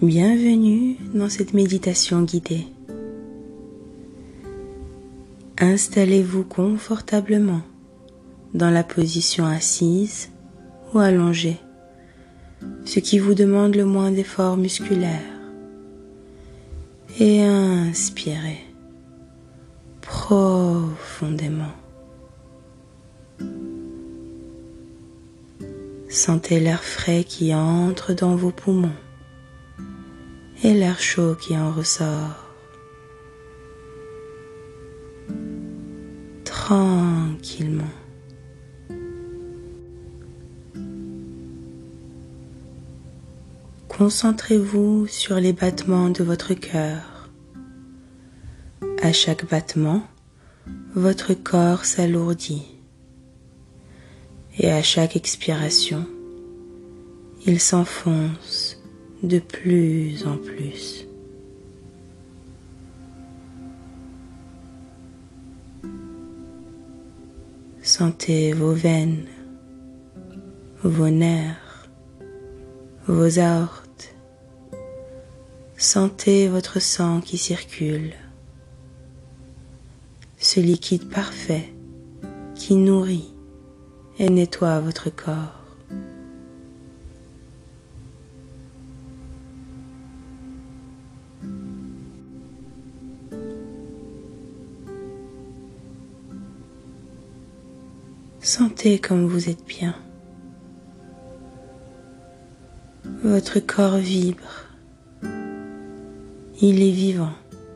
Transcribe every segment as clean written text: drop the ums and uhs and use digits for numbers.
Bienvenue dans cette méditation guidée. Installez-vous confortablement dans la position assise ou allongée, ce qui vous demande le moins d'efforts musculaires. Et inspirez profondément. Sentez l'air frais qui entre dans vos poumons et l'air chaud qui en ressort. Tranquillement. Concentrez-vous sur les battements de votre cœur. À chaque battement, votre corps s'alourdit. Et à chaque expiration, il s'enfonce de plus en plus. Sentez vos veines, vos nerfs, vos aortes. Sentez votre sang qui circule, ce liquide parfait qui nourrit et nettoie votre corps. Sentez comme vous êtes bien. Votre corps vibre. Il est vivant.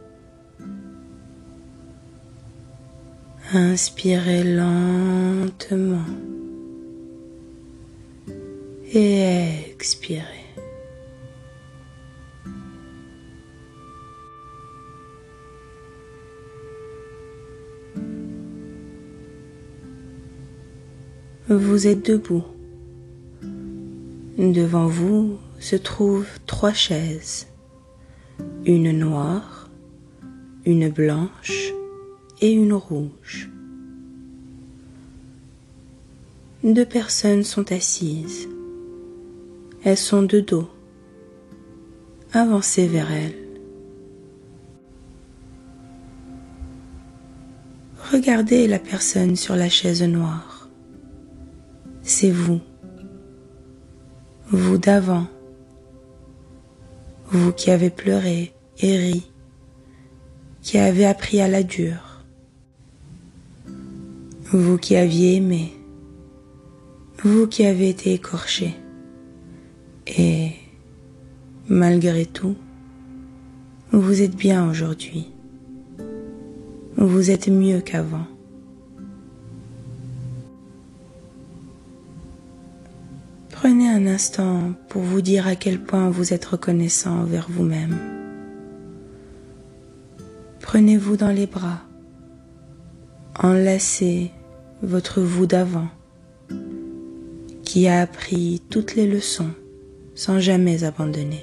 Inspirez lentement et expirez. Vous êtes debout. Devant vous se trouvent 3 chaises, une noire, une blanche et une rouge. 2 personnes sont assises. Elles sont de dos. Avancez vers elles. Regardez la personne sur la chaise noire. C'est vous. Vous d'avant. Vous qui avez pleuré et ri, qui avez appris à la dure. Vous qui aviez aimé. Vous qui avez été écorché. Et, malgré tout, vous êtes bien aujourd'hui. Vous êtes mieux qu'avant. Prenez un instant pour vous dire à quel point vous êtes reconnaissant envers vous-même. Prenez-vous dans les bras. Enlacez votre vous d'avant, qui a appris toutes les leçons sans jamais abandonner.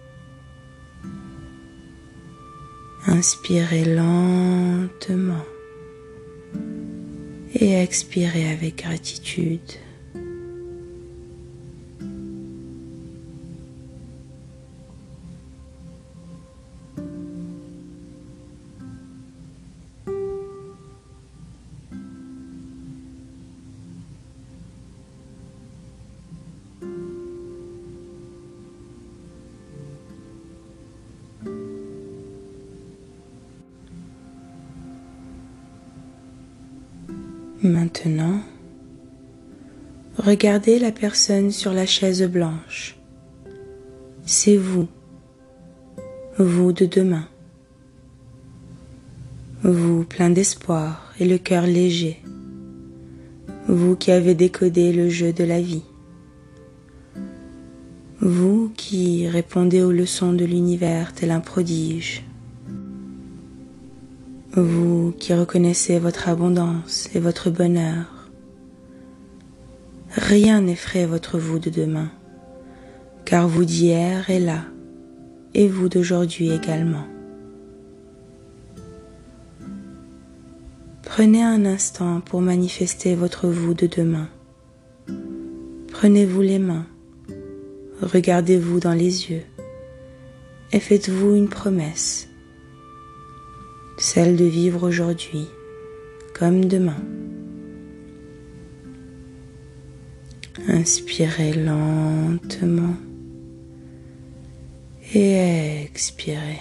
Inspirez lentement et expirez avec gratitude. Maintenant, regardez la personne sur la chaise blanche. C'est vous, vous de demain. Vous plein d'espoir et le cœur léger. Vous qui avez décodé le jeu de la vie. Vous qui répondez aux leçons de l'univers tel un prodige. Vous qui reconnaissez votre abondance et votre bonheur. Rien n'effraie votre vous de demain, car vous d'hier est là, et vous d'aujourd'hui également. Prenez un instant pour manifester votre vous de demain. Prenez-vous les mains, regardez-vous dans les yeux et faites-vous une promesse, celle de vivre aujourd'hui comme demain. Inspirez lentement et expirez.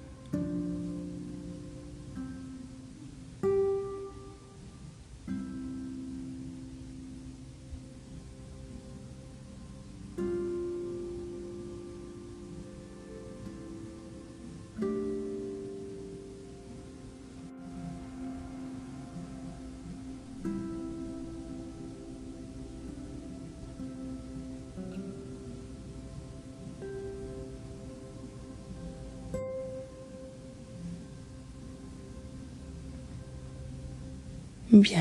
Bien.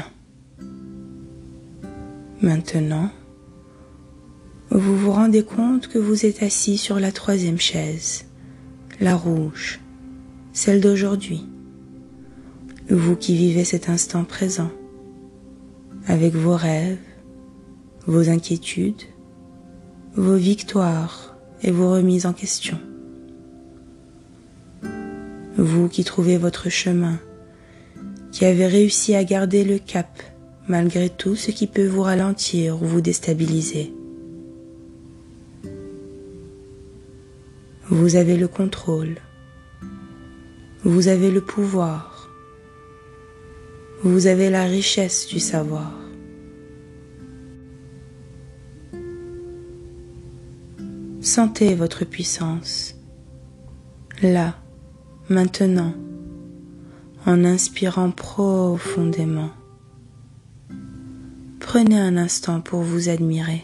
Maintenant, vous vous rendez compte que vous êtes assis sur la troisième chaise, la rouge, celle d'aujourd'hui. Vous qui vivez cet instant présent, avec vos rêves, vos inquiétudes, vos victoires et vos remises en question. Vous qui trouvez votre chemin, qui avez réussi à garder le cap malgré tout ce qui peut vous ralentir ou vous déstabiliser. Vous avez le contrôle, vous avez le pouvoir, vous avez la richesse du savoir. Sentez votre puissance, là, maintenant, en inspirant profondément. Prenez un instant pour vous admirer.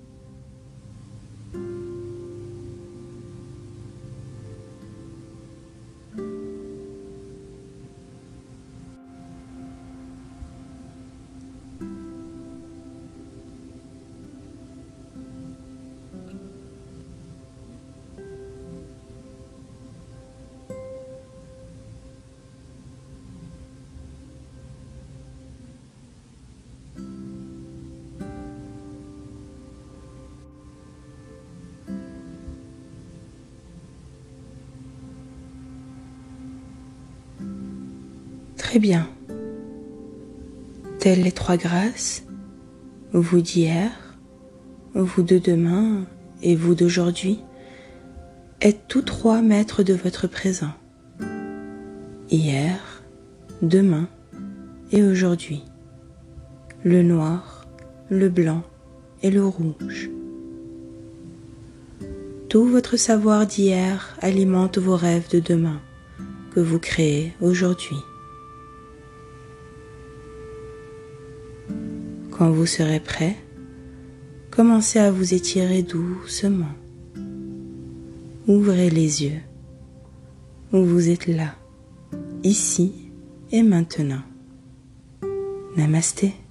Très bien. Telles les trois grâces, vous d'hier, vous de demain et vous d'aujourd'hui, êtes tous trois maîtres de votre présent. Hier, demain et aujourd'hui. Le noir, le blanc et le rouge. Tout votre savoir d'hier alimente vos rêves de demain que vous créez aujourd'hui. Quand vous serez prêt, commencez à vous étirer doucement. Ouvrez les yeux. Vous êtes là, ici et maintenant. Namasté.